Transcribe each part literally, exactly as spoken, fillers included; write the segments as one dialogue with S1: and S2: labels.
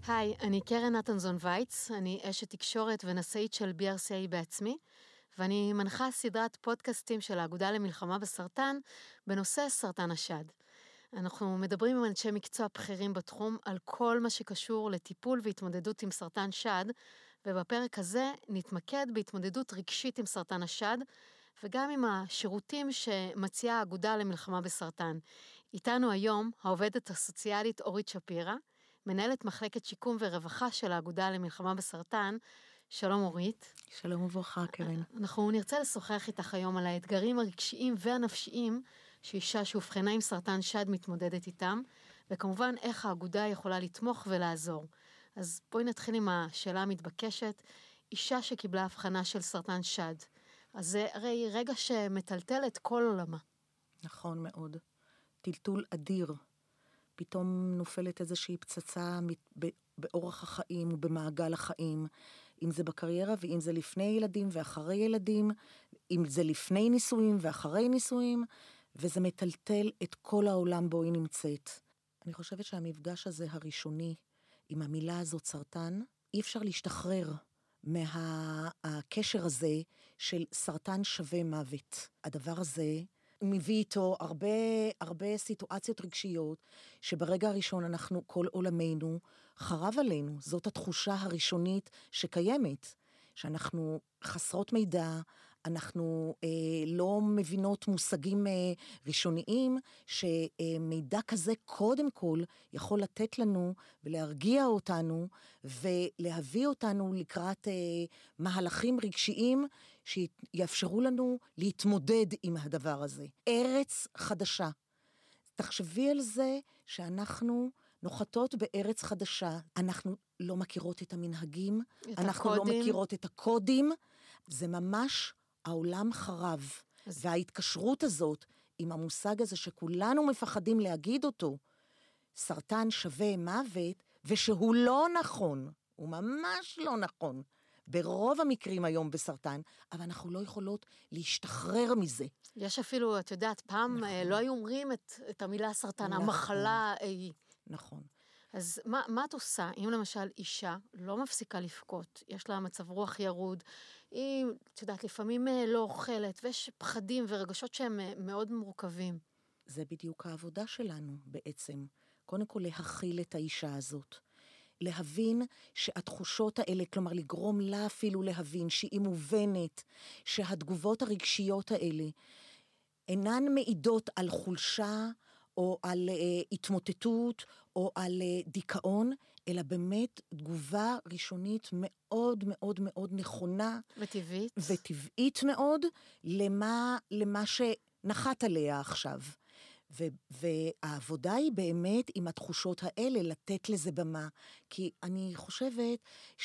S1: היי, אני קרן נתנזון וייץ, אני אשת תקשורת ונשאית של בי אר סי איי בעצמי, ואני מנחה סדרת פודקאסטים של האגודה למלחמה בסרטן בנושא סרטן השד. אנחנו מדברים עם אנשי מקצוע בכירים בתחום על כל מה שקשור לטיפול והתמודדות עם סרטן שד, ובפרק הזה נתמקד בהתמודדות רגשית עם סרטן השד, וגם עם השירותים שמציעה האגודה למלחמה בסרטן. איתנו היום העובדת הסוציאלית אורית שפירא, מנהלת מחלקת שיקום ורווחה של האגודה למלחמה בסרטן. שלום אורית.
S2: שלום וברכה, קרן.
S1: אנחנו נרצה לשוחח איתך היום על האתגרים הרגשיים והנפשיים שאישה שהובחנה עם סרטן שד מתמודדת איתם, וכמובן איך האגודה יכולה לתמוך ולעזור. אז בואי נתחיל עם השאלה המתבקשת, אישה שקיבלה הבחנה של סרטן שד, אז זה הרי רגע שמטלטל את כל עולמה.
S2: נכון מאוד. טלטול אדיר. פתאום נופלת איזושהי פצצה באורח החיים ובמעגל החיים, אם זה בקריירה ואם זה לפני ילדים ואחרי ילדים, אם זה לפני נישואים ואחרי נישואים, וזה מטלטל את כל העולם בו היא נמצאת. אני חושבת שהמפגש הזה הראשוני עם המילה הזאת סרטן, אי אפשר להשתחרר מהקשר הזה של סרטן שווה מוות. הדבר הזה מביא איתו הרבה, הרבה סיטואציות רגשיות, שברגע הראשון אנחנו, כל עולמנו חרב עלינו. זאת התחושה הראשונית שקיימת, שאנחנו חסרות מידע, אנחנו אה, לא מבינות מושגים אה, ראשוניים, שמידע כזה קודם כל יכול לתת לנו ולהרגיע אותנו, ולהביא אותנו לקראת אה, מהלכים רגשיים, שיאפשרו לנו להתמודד עם הדבר הזה. ארץ חדשה. תחשבי על זה שאנחנו נוחתות בארץ חדשה, אנחנו לא מכירות את המנהגים, את אנחנו הקודים. לא מכירות את הקודים, זה ממש העולם חרב, אז... וההתקשרות הזאת עם המושג הזה שכולנו מפחדים להגיד אותו, סרטן שווה מוות, ושהוא לא נכון, הוא ממש לא נכון, ברוב המקרים היום בסרטן, אבל אנחנו לא יכולות להשתחרר מזה.
S1: יש אפילו, את יודעת, פעם נכון. לא היו אומרים את, את המילה סרטן, נכון. המחלה היא.
S2: נכון.
S1: אז מה, מה את עושה, אם למשל אישה לא מפסיקה לבכות, יש לה מצב רוח ירוד, היא, את יודעת, לפעמים לא אוכלת, ויש פחדים ורגשות שהם מאוד מורכבים.
S2: זה בדיוק העבודה שלנו בעצם. קודם כל להכיל את האישה הזאת. להבין שהתחושות האלה, כלומר לגרום לה אפילו להבין שהיא מובנת, שהתגובות הרגשיות האלה אינן מעידות על חולשה, או על uh, התמוטטות, או על uh, דיכאון, אלא באמת תגובה ראשונית מאוד מאוד מאוד נכונה.
S1: וטבעית.
S2: וטבעית מאוד, למה, למה שנחת עליה עכשיו. ו- והעבודה היא באמת עם התחושות האלה, לתת לזה במה, כי אני חושבת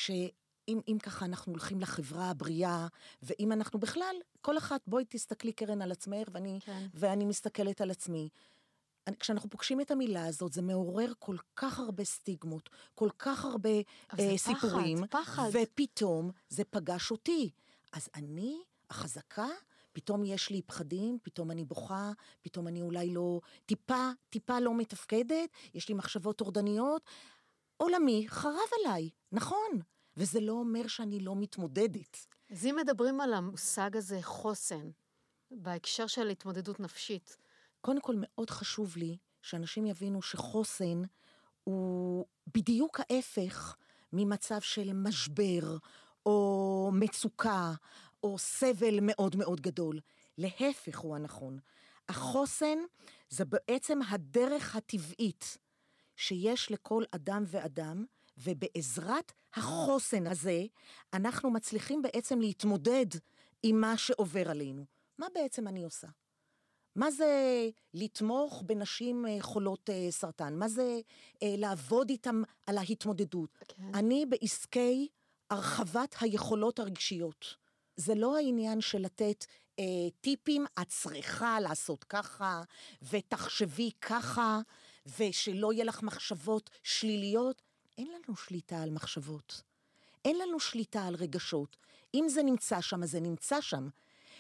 S2: שאם אם ככה אנחנו הולכים לחברה הבריאה, ואם אנחנו בכלל, כל אחת, בואי תסתכלי קרן על עצמך, ואני, כן. ואני מסתכלת על עצמי, כשאנחנו פוגשים את המילה הזאת, זה מעורר כל כך הרבה סטיגמות, כל כך הרבה אה, סיפורים,
S1: פחד, פחד.
S2: ופתאום זה פגש אותי. אז אני, החזקה, פתאום יש לי פחדים, פתאום אני בוכה, פתאום אני אולי לא, טיפה, טיפה לא מתפקדת, יש לי מחשבות טורדניות, עולמי חרב עליי, נכון, וזה לא אומר שאני לא מתמודדת.
S1: אז אם מדברים על המושג הזה חוסן, בהקשר של התמודדות נפשית,
S2: קודם כל מאוד חשוב לי שאנשים יבינו שחוסן הוא בדיוק ההפך ממצב של משבר או מצוקה או סבל מאוד מאוד גדול. להפך הוא הנכון. החוסן זה בעצם הדרך הטבעית שיש לכל אדם ואדם, ובעזרת החוסן הזה אנחנו מצליחים בעצם להתמודד עם מה שעובר עלינו. מה בעצם אני עושה? מה זה לתמוך בנשים חולות סרטן? מה זה לעבוד איתם על ההתמודדות? Okay. אני בעסקי הרחבת היכולות הרגשיות. זה לא העניין של לתת אה, טיפים, את צריכה לעשות ככה, ותחשבי ככה, ושלא יהיה לך מחשבות שליליות. אין לנו שליטה על מחשבות. אין לנו שליטה על רגשות. אם זה נמצא שם, אז זה נמצא שם.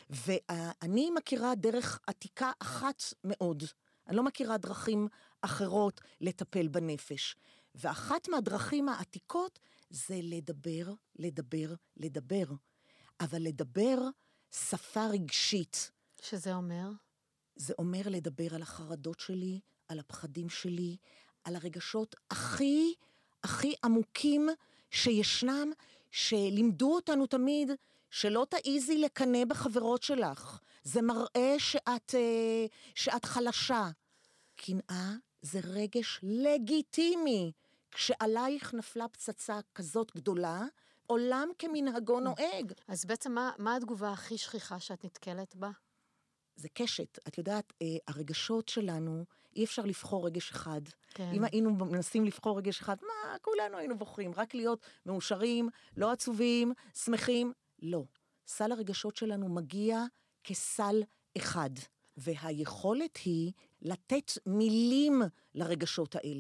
S2: ואני מכירה דרך עתיקה אחת מאוד, אני לא מכירה דרכים אחרות לטפל בנפש, ואחת מהדרכים העתיקות זה לדבר, לדבר, לדבר. אבל לדבר שפה רגשית.
S1: שזה אומר?
S2: זה אומר לדבר על החרדות שלי, על הפחדים שלי, על הרגשות הכי, הכי עמוקים שישנם, שלימדו אותנו תמיד, שלא תעיזי לקנא בחברות שלך. זה מראה שאת, שאת חלשה. קנאה זה רגש לגיטימי. כשעלייך נפלה פצצה כזאת גדולה, עולם כמנהגו נוהג.
S1: אז בעצם מה, מה התגובה הכי שכיחה שאת נתקלת בה?
S2: זה קשת. את יודעת, הרגשות שלנו, אי אפשר לבחור רגש אחד.
S1: כן.
S2: אם היינו מנסים לבחור רגש אחד, מה, כולנו היינו בוחרים. רק להיות מאושרים, לא עצובים, שמחים. לא. סל הרגשות שלנו מגיע כסל אחד. והיכולת היא לתת מילים לרגשות האלה.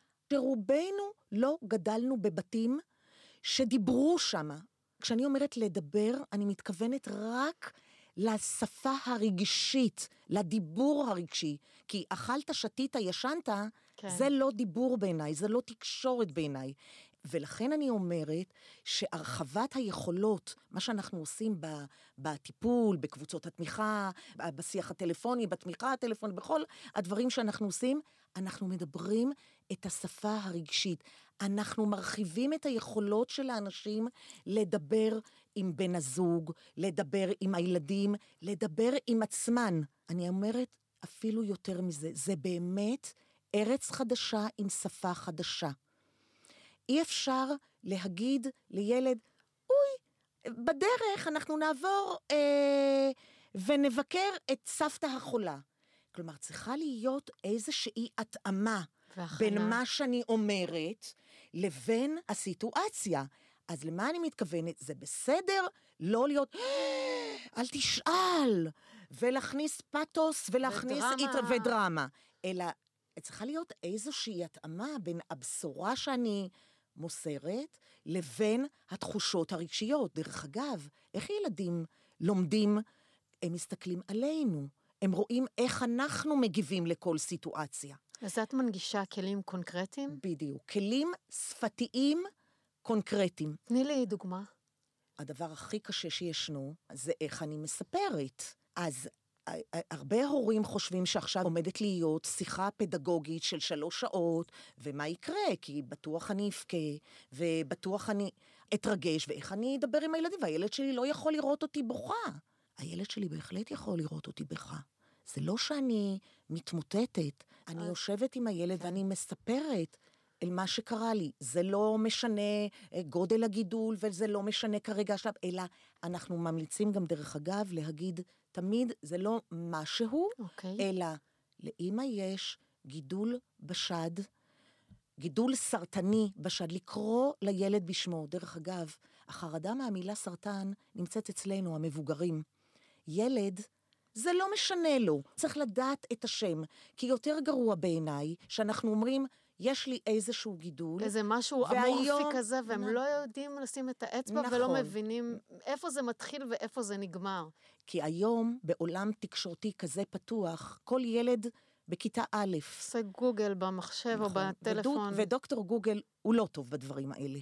S2: שרובנו לא גדלנו בבתים שדיברו שמה. כשאני אומרת לדבר, אני מתכוונת רק לשפה הרגשית, לדיבור הרגשי. כי אכלת, שתית, ישנת, כן. זה לא דיבור בעיניי, זה לא תקשורת בעיניי. ולכן אני אומרת שהרחבת היכולות, מה שאנחנו עושים בטיפול, בקבוצות התמיכה, בשיח הטלפוני, בתמיכה הטלפונית, בכל הדברים שאנחנו עושים, אנחנו מדברים את השפה הרגשית. אנחנו מרחיבים את היכולות של האנשים לדבר עם בן הזוג, לדבר עם הילדים, לדבר עם עצמן. אני אומרת אפילו יותר מזה, זה באמת ארץ חדשה עם שפה חדשה. אי אפשר להגיד לילד, אוי, בדרך אנחנו נעבור אה, ונבקר את סבתא החולה. כלומר, צריכה להיות איזושהי התאמה והחנה. בין מה שאני אומרת לבין הסיטואציה. אז למה אני מתכוונת? זה בסדר לא להיות, אל תשאל, ולהכניס פאטוס, ולהכניס ודרמה. ודרמה. אלא צריכה להיות איזושהי התאמה בין הבשורה שאני מוסרת, לבין התחושות הרגשיות. דרך אגב, איך ילדים לומדים? הם מסתכלים עלינו. הם רואים איך אנחנו מגיבים לכל סיטואציה.
S1: אז את מנגישה כלים קונקרטיים?
S2: בדיוק. כלים שפתיים קונקרטיים.
S1: תני לי דוגמה.
S2: הדבר הכי קשה שישנו, זה איך אני מספרת. אז הרבה הורים חושבים שעכשיו עומדת להיות שיחה פדגוגית של שלוש שעות, ומה יקרה? כי בטוח אני אפקה, ובטוח אני אתרגש, ואיך אני אדבר עם הילדים, והילד שלי לא יכול לראות אותי בוכה. הילד שלי בהחלט יכול לראות אותי בוכה. זה לא שאני מתמוטטת, אני יושבת עם הילד ואני מספרת אל מה שקרה לי. זה לא משנה גודל הגידול, וזה לא משנה כרגע השלב, אלא אנחנו ממליצים גם דרך אגב להגיד, תמיד זה לא משהו, okay. אלא לאמא יש גידול בשד, גידול סרטני בשד, לקרוא לילד בשמו. דרך אגב, החרדה מהמילה סרטן נמצאת אצלנו, המבוגרים. ילד, זה לא משנה לו, צריך לדעת את השם, כי יותר גרוע בעיניי, שאנחנו אומרים, יש לי איזשהו גידול.
S1: איזה משהו אמורפי כזה, והם לא יודעים לשים את האצבע, ולא מבינים איפה זה מתחיל ואיפה זה נגמר.
S2: כי היום, בעולם תקשורתי כזה פתוח, כל ילד בכיתה א',
S1: עושה גוגל במחשב או בטלפון.
S2: ודוקטור גוגל הוא לא טוב בדברים האלה.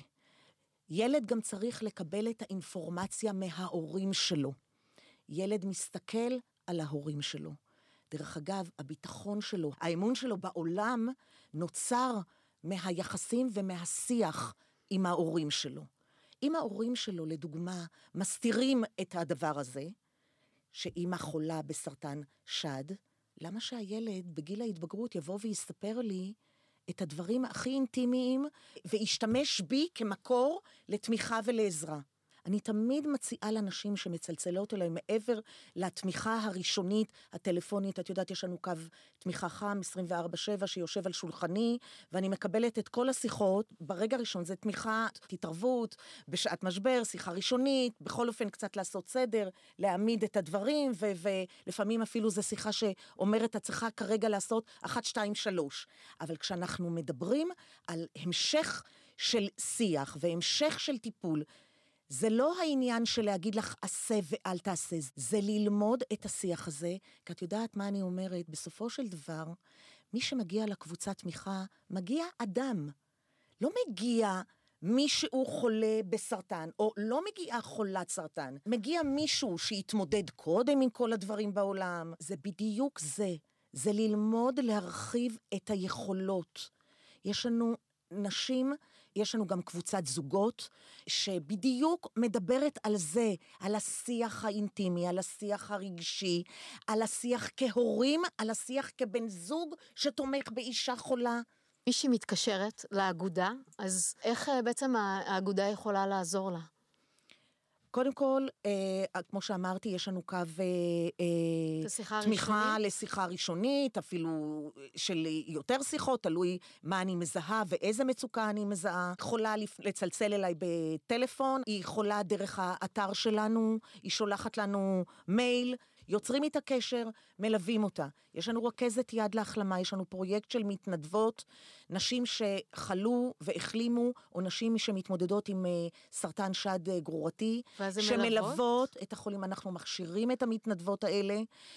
S2: ילד גם צריך לקבל את האינפורמציה מההורים שלו. ילד מסתכל על ההורים שלו. דרך אגב, הביטחון שלו, האמון שלו בעולם, נוצר מהיחסים ומהשיח עם ההורים שלו. אם ההורים שלו, לדוגמה, מסתירים את הדבר הזה, שאמא חולה בסרטן שד, למה שהילד בגיל ההתבגרות יבוא ויספר לי את הדברים הכי אינטימיים, וישתמש בי כמקור לתמיכה ולעזרה? אני תמיד מציעה לאנשים שמצלצלות אליי מעבר לתמיכה הראשונית, הטלפונית. את יודעת, יש לנו קו תמיכה חם עשרים וארבע שבע שיושב על שולחני, ואני מקבלת את כל השיחות. ברגע הראשון זה תמיכה, התערבות, בשעת משבר, שיחה ראשונית, בכל אופן קצת לעשות סדר, להעמיד את הדברים, ו- ולפעמים אפילו זו שיחה שאומרת, את צריכה כרגע לעשות אחת, שתיים, שלוש. אבל כשאנחנו מדברים על המשך של שיח והמשך של טיפול, זה לא העניין של להגיד לך עשה ואל תעשה, זה ללמוד את השיח הזה, כי את יודעת מה אני אומרת, בסופו של דבר, מי שמגיע לקבוצת תמיכה, מגיע אדם. לא מגיע מישהו חולה בסרטן, או לא מגיעה חולת סרטן, מגיע מישהו שיתמודד קודם עם כל הדברים בעולם. זה בדיוק זה. זה ללמוד להרחיב את היכולות. יש לנו נשים, יש לנו גם קבוצת זוגות, שבדיוק מדברת על זה, על השיח האינטימי, על השיח הרגשי, על השיח כהורים, על השיח כבן זוג שתומך באישה חולה.
S1: מישהי מתקשרת לאגודה, אז איך בעצם האגודה יכולה לעזור לה?
S2: קודם כל, אה, כמו שאמרתי, יש לנו קו אה, תמיכה ראשונית? לשיחה ראשונית, אפילו של יותר שיחות, תלוי מה אני מזהה ואיזה מצוקה אני מזהה. יכולה לצלצל אליי בטלפון, היא יכולה דרך האתר שלנו, היא שולחת לנו מייל, יוצרים איתה קשר, מלווים אותה. יש לנו רכזת יד להחלמה, יש לנו פרויקט של מתנדבות, נשים שחלו והחלימו, או נשים שמתמודדות עם סרטן שד גרורתי, שמלוות את החולים. אנחנו מכשירים את המתנדבות האלה,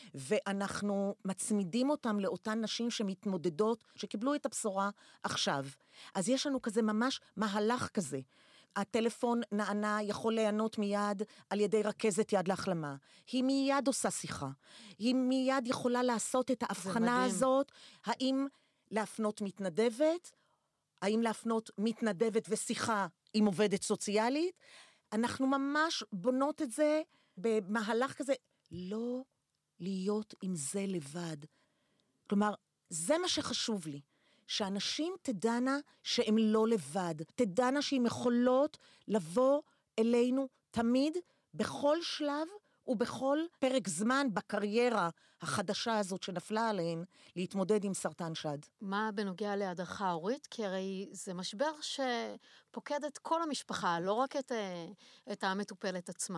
S2: ואנחנו מצמידים אותם לאותן נשים שמתמודדות, שקיבלו את הבשורה עכשיו. אז יש לנו כזה ממש מהלך כזה. הטלפון נענה, יכול לענות מיד על ידי רכזת יד להחלמה. היא מיד עושה שיחה. היא מיד יכולה לעשות את ההבחנה הזאת, האם להפנות מתנדבת, האם להפנות מתנדבת ושיחה עם עובדת סוציאלית. אנחנו ממש בונות את זה במהלך כזה, לא להיות עם זה לבד. כלומר, זה מה שחשוב לי. שאנשים תדענה שהם לא לבד, תדענה שהן יכולות לבוא אלינו תמיד, בכל שלב ובכל פרק זמן בקריירה החדשה הזאת שנפלה עליהן, להתמודד עם סרטן שד.
S1: מה בנוגע להדרכה הורית? כי הרי זה משבר שפוקד את כל המשפחה, לא רק את, את המטופלת עצמה.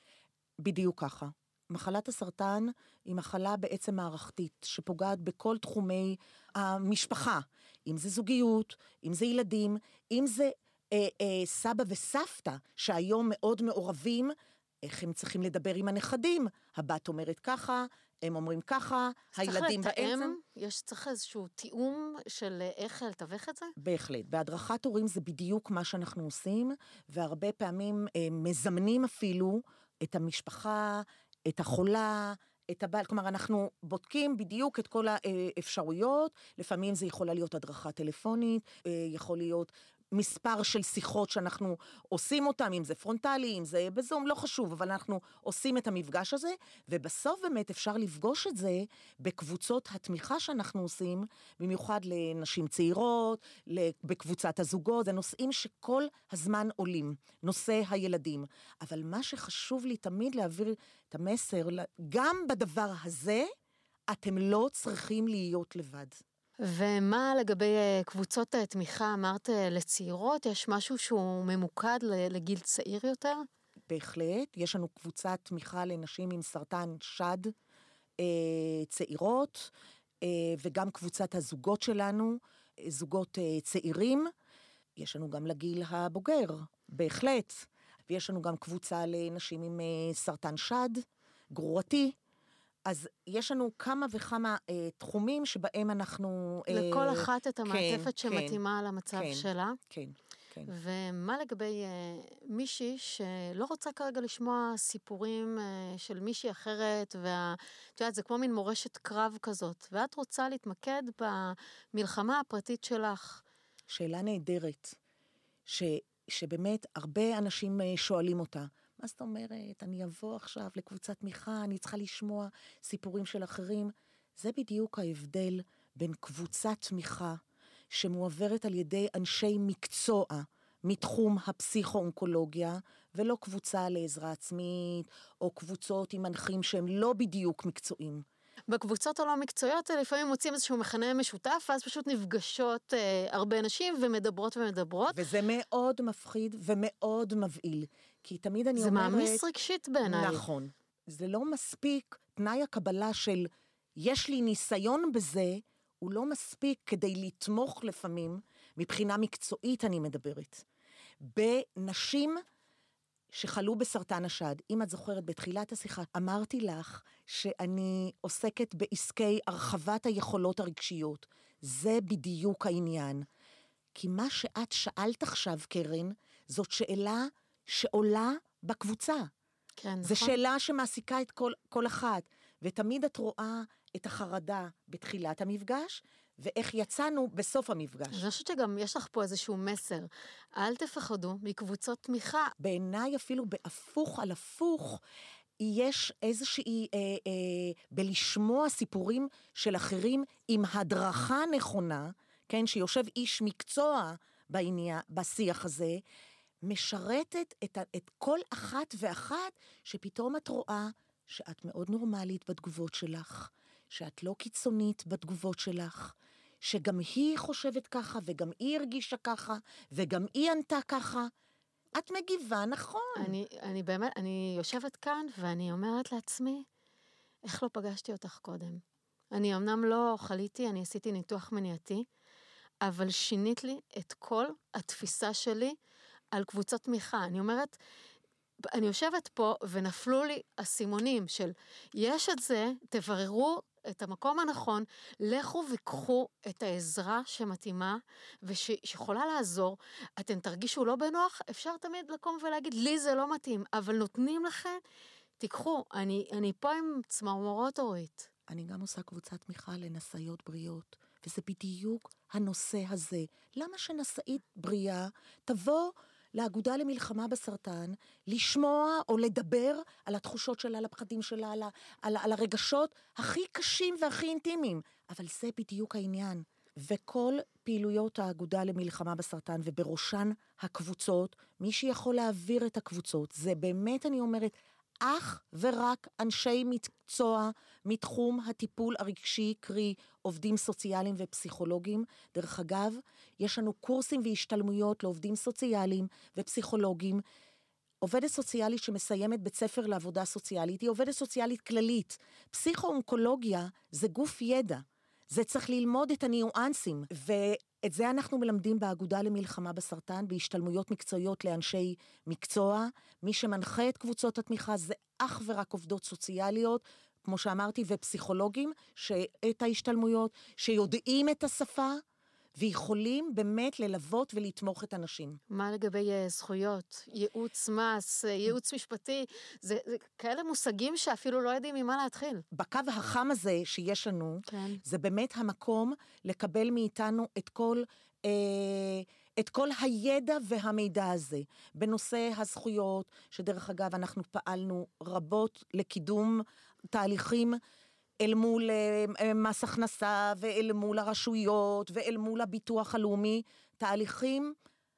S2: בדיוק ככה. מחלת הסרטן היא מחלה בעצם מערכתית, שפוגעת בכל תחומי המשפחה, אם זה זוגיות, אם זה ילדים, אם זה אה, אה, סבא וסבתא, שהיום מאוד מעורבים, איך הם צריכים לדבר עם הנכדים, הבת אומרת ככה, הם אומרים ככה, הילדים באמצע. צריך לתאם?
S1: יש צריך איזשהו תיאום של איך לתווך את זה?
S2: בהחלט. בהדרכת הורים זה בדיוק מה שאנחנו עושים, והרבה פעמים אה, מזמנים אפילו את המשפחה, את החולה, את הבעל, כלומר אנחנו בודקים בדיוק את כל האפשרויות, לפעמים זה יכולה להיות הדרכה טלפונית, יכול להיות מספר של שיחות שאנחנו עושים אותם, אם זה פרונטלי, אם זה בזום, לא חשוב, אבל אנחנו עושים את המפגש הזה, ובסוף באמת אפשר לפגוש את זה בקבוצות התמיכה שאנחנו עושים, במיוחד לנשים צעירות, בקבוצת הזוגות, זה נושאים שכל הזמן עולים, נושא הילדים. אבל מה שחשוב לי תמיד להעביר את המסר, גם בדבר הזה, אתם לא צריכים להיות לבד.
S1: ומה לגבי קבוצות תמיכה, אמרת לצעירות, יש משהו שהוא ממוקד לגיל צעיר יותר?
S2: בהחלט, יש לנו קבוצת תמיכה לנשים עם סרטן שד אה, צעירות, אה, וגם קבוצת הזוגות שלנו, זוגות אה, צעירים, יש לנו גם לגיל הבוגר, בהחלט, ויש לנו גם קבוצה לנשים עם אה, סרטן שד, גרורתי, אז יש לנו כמה וכמה אה, תחומים שבהם אנחנו...
S1: לכל
S2: אה,
S1: אחת את המעטפת
S2: כן,
S1: שמתאימה
S2: כן,
S1: למצב
S2: כן,
S1: שלה.
S2: כן, כן.
S1: ומה לגבי אה, מישהי שלא רוצה כרגע לשמוע סיפורים אה, של מישהי אחרת, ואת יודעת, זה כמו מין מורשת קרב כזאת, ואת רוצה להתמקד במלחמה הפרטית שלך.
S2: שאלה נהדרת, ש, שבאמת הרבה אנשים שואלים אותה, מה זאת אומרת, אני אבוא עכשיו לקבוצת תמיכה, אני צריכה לשמוע סיפורים של אחרים. זה בדיוק ההבדל בין קבוצת תמיכה שמועברת על ידי אנשי מקצוע מתחום הפסיכו-אונקולוגיה, ולא קבוצה לעזרה עצמית, או קבוצות עם מנחים שהם לא בדיוק מקצועיים.
S1: בקבוצות הלא מקצועיות, לפעמים מוצאים איזשהו מכנה משותף, ואז פשוט נפגשות אה, הרבה נשים ומדברות ומדברות.
S2: וזה מאוד מפחיד ומאוד מבעיל. כי תמיד אני
S1: זה
S2: אומרת...
S1: זה מאמיס רגשית בעיניי.
S2: נכון. זה לא מספיק, תנאי הקבלה של יש לי ניסיון בזה, הוא לא מספיק כדי לתמוך לפעמים, מבחינה מקצועית אני מדברת, בנשים שחלו בסרטן השד. אם את זוכרת, בתחילת השיחה, אמרתי לך שאני עוסקת בעסקי הרחבת היכולות הרגשיות. זה בדיוק העניין. כי מה שאת שאלת עכשיו, קרן, זאת שאלה שעולה בקבוצה.
S1: כן, נכון.
S2: זו שאלה שמעסיקה את כל, כל אחת, ותמיד את רואה את החרדה בתחילת המפגש, ואיך יצאנו בסוף המפגש.
S1: אני חושבת שגם יש לך פה איזשהו מסר. אל תפחדו מקבוצות תמיכה.
S2: בעיניי אפילו בהפוך על הפוך, יש איזושהי, אה, אה, בלשמוע סיפורים של אחרים עם הדרכה נכונה, כן, שיושב איש מקצוע בעניין, בשיח הזה, משרתת את, את כל אחת ואחת, שפתאום את רואה שאת מאוד נורמלית בתגובות שלך, שאת לא קיצונית בתגובות שלך, שגם היא חושבת ככה, וגם היא הרגישה ככה, וגם היא ענתה ככה. את מגיבה, נכון.
S1: אני, אני באמת, אני יושבת כאן, ואני אומרת לעצמי, איך לא פגשתי אותך קודם? אני אמנם לא חליתי, אני עשיתי ניתוח מניעתי, אבל שינית לי את כל התפיסה שלי על קבוצות תמיכה. אני אומרת, אני יושבת פה ונפלו לי הסימונים של, יש את זה, תבררו את המקום הנכון, לכו וקחו את העזרה שמתאימה, ושיכולה לעזור, אתם תרגישו לא בנוח, אפשר תמיד לקום ולהגיד, לי זה לא מתאים, אבל נותנים לכם, תיקחו, אני, אני פה עם צמרמורות אורית.
S2: אני גם עושה קבוצת תמיכה לנשאיות בריאות, וזה בדיוק הנושא הזה. למה שנשאית בריאה תבוא לאגודה למלחמה בסרטן, לשמוע או לדבר על התחושות שלה, על הפחדים שלה, על, על, על הרגשות הכי קשים והכי אינטימיים. אבל זה בדיוק העניין. וכל פעילויות האגודה למלחמה בסרטן, ובראשן הקבוצות, מי שיכול להעביר את הקבוצות, זה באמת, אני אומרת, אך ורק אנשי מקצוע מתחום הטיפול הרגשי, קרי עובדים סוציאליים ופסיכולוגים. דרך אגב, יש לנו קורסים והשתלמויות לעובדים סוציאליים ופסיכולוגים. עובדת סוציאלית שמסיימת בית ספר לעבודה סוציאלית, היא עובדת סוציאלית כללית. פסיכואונקולוגיה זה גוף ידע. זה צריך ללמוד את הניואנסים, ואת זה אנחנו מלמדים באגודה למלחמה בסרטן, בהשתלמויות מקצועיות לאנשי מקצוע. מי שמנחה את קבוצות התמיכה זה אך ורק עובדות סוציאליות, כמו שאמרתי, ופסיכולוגים, שאת ההשתלמויות, שיודעים את השפה, ויכולים באמת ללוות ולתמוך את אנשים.
S1: מה לגבי זכויות, ייעוץ מס, ייעוץ משפטי, זה, זה כאלה מושגים שאפילו לא יודעים ממה להתחיל.
S2: בקו החם הזה שיש לנו,
S1: כן.
S2: זה באמת המקום לקבל מאיתנו את כל, אה, את כל הידע והמידע הזה. בנושא הזכויות, שדרך אגב אנחנו פעלנו רבות לקידום תהליכים, אל מול מס הכנסה, ואל מול הרשויות, ואל מול הביטוח הלאומי, תהליכים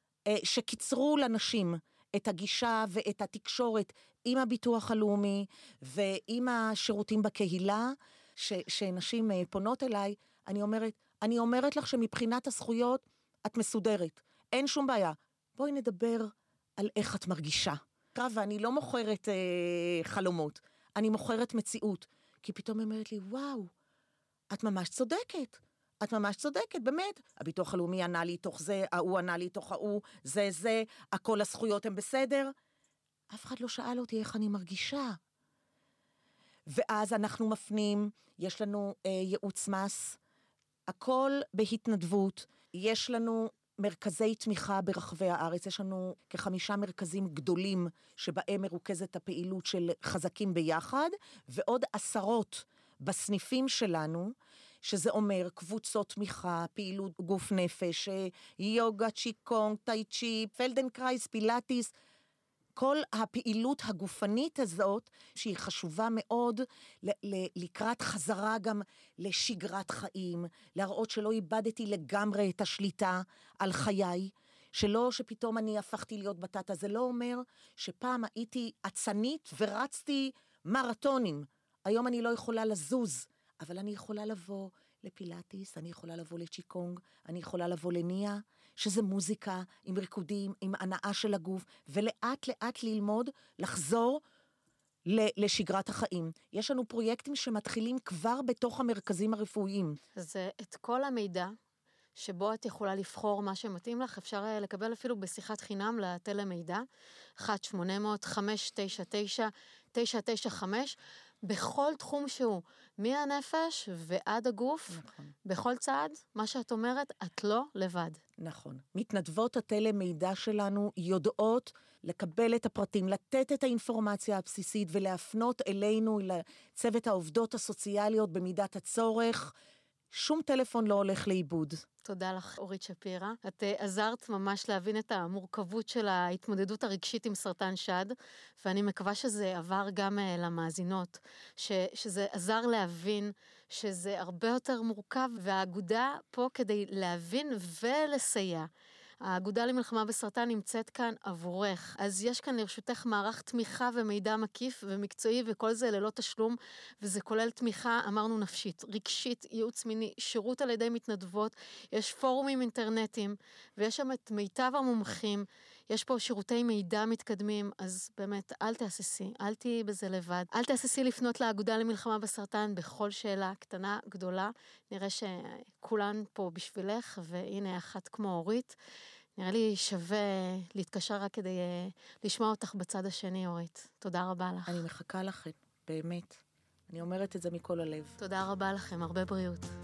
S2: שקיצרו לנשים את הגישה ואת התקשורת עם הביטוח הלאומי, ועם השירותים בקהילה, ש, שנשים פונות אליי, אני אומרת, אני אומרת לך שמבחינת הזכויות, את מסודרת. אין שום בעיה. בואי נדבר על איך את מרגישה. ואני לא מוכרת אה, חלומות, אני מוכרת מציאות. כי פתאום היא אומרת לי, וואו, את ממש צודקת, את ממש צודקת, באמת. הביטוח הלאומי ענה לי תוך זה, ההוא ענה לי תוך ההוא, זה זה, הכל הזכויות הן בסדר. אף אחד לא שאל אותי איך אני מרגישה. ואז אנחנו מפנים, יש לנו אה, ייעוץ מס, הכל בהתנדבות, יש לנו מרכזי תמיכה ברחבי הארץ, יש לנו כחמישה מרכזים גדולים שבהם מרוכזת הפעילות של חזקים ביחד, ועוד עשרות בסניפים שלנו, שזה אומר קבוצות תמיכה, פעילות גוף נפש, יוגה, צ'יקונג, טאי צ'י, פלדנקרייס, פילאטיס, כל הפעילות הגופנית הזאת, שהיא חשובה מאוד ל- ל- לקראת חזרה גם לשגרת חיים, להראות שלא איבדתי לגמרי את השליטה על חיי, שלא שפתאום אני הפכתי להיות בטטה, זה לא אומר שפעם הייתי עצנית ורצתי מרתונים, היום אני לא יכולה לזוז, אבל אני יכולה לבוא לפילאטיס, אני יכולה לבוא לצ'יקונג, אני יכולה לבוא לניה, שזה מוזיקה עם ריקודים, עם הנאה של הגוף, ולאט לאט ללמוד, לחזור לשגרת החיים. יש לנו פרויקטים שמתחילים כבר בתוך המרכזים הרפואיים.
S1: אז את כל המידע שבו את יכולה לבחור מה שמתאים לך, אפשר לקבל אפילו בשיחת חינם לטלמידע, אחת שמונה אפס אפס חמש תשע תשע תשע תשע חמש, בכל תחום שהוא, מהנפש ועד הגוף,
S2: נכון.
S1: בכל צעד, מה שאת אומרת, את לא לבד.
S2: נכון. מתנדבות הטלמידע שלנו יודעות לקבל את הפרטים, לתת את האינפורמציה הבסיסית ולהפנות אלינו, לצוות העובדות הסוציאליות במידת הצורך. שום טלפון לא הולך לאיבוד.
S1: תודה לך, אורית שפירא. את uh, עזרת ממש להבין את המורכבות של ההתמודדות הרגשית עם סרטן שד, ואני מקווה שזה עבר גם uh, למאזינות, ש, שזה עזר להבין שזה הרבה יותר מורכב, והאגודה פה כדי להבין ולסייע. האגודה למלחמה בסרטן נמצאת כאן עבורך, אז יש כאן לרשותך מערך תמיכה ומידע מקיף ומקצועי, וכל זה ללא תשלום, וזה כולל תמיכה, אמרנו נפשית, רגשית, ייעוץ מיני, שירות על ידי מתנדבות, יש פורומים אינטרנטיים, ויש שם את מיטב המומחים, יש פה שירותי מידע מתקדמים, אז באמת, אל תהססי, אל תהיי בזה לבד. אל תהססי לפנות לאגודה למלחמה בסרטן בכל שאלה קטנה, גדולה. נראה שכולן פה בשבילך, והנה אחת כמו אורית. נראה לי שווה להתקשר רק כדי לשמוע אותך בצד השני, אורית. תודה רבה לך.
S2: אני מחכה לכם, באמת. אני אומרת את זה מכל הלב.
S1: תודה רבה לכם, הרבה בריאות.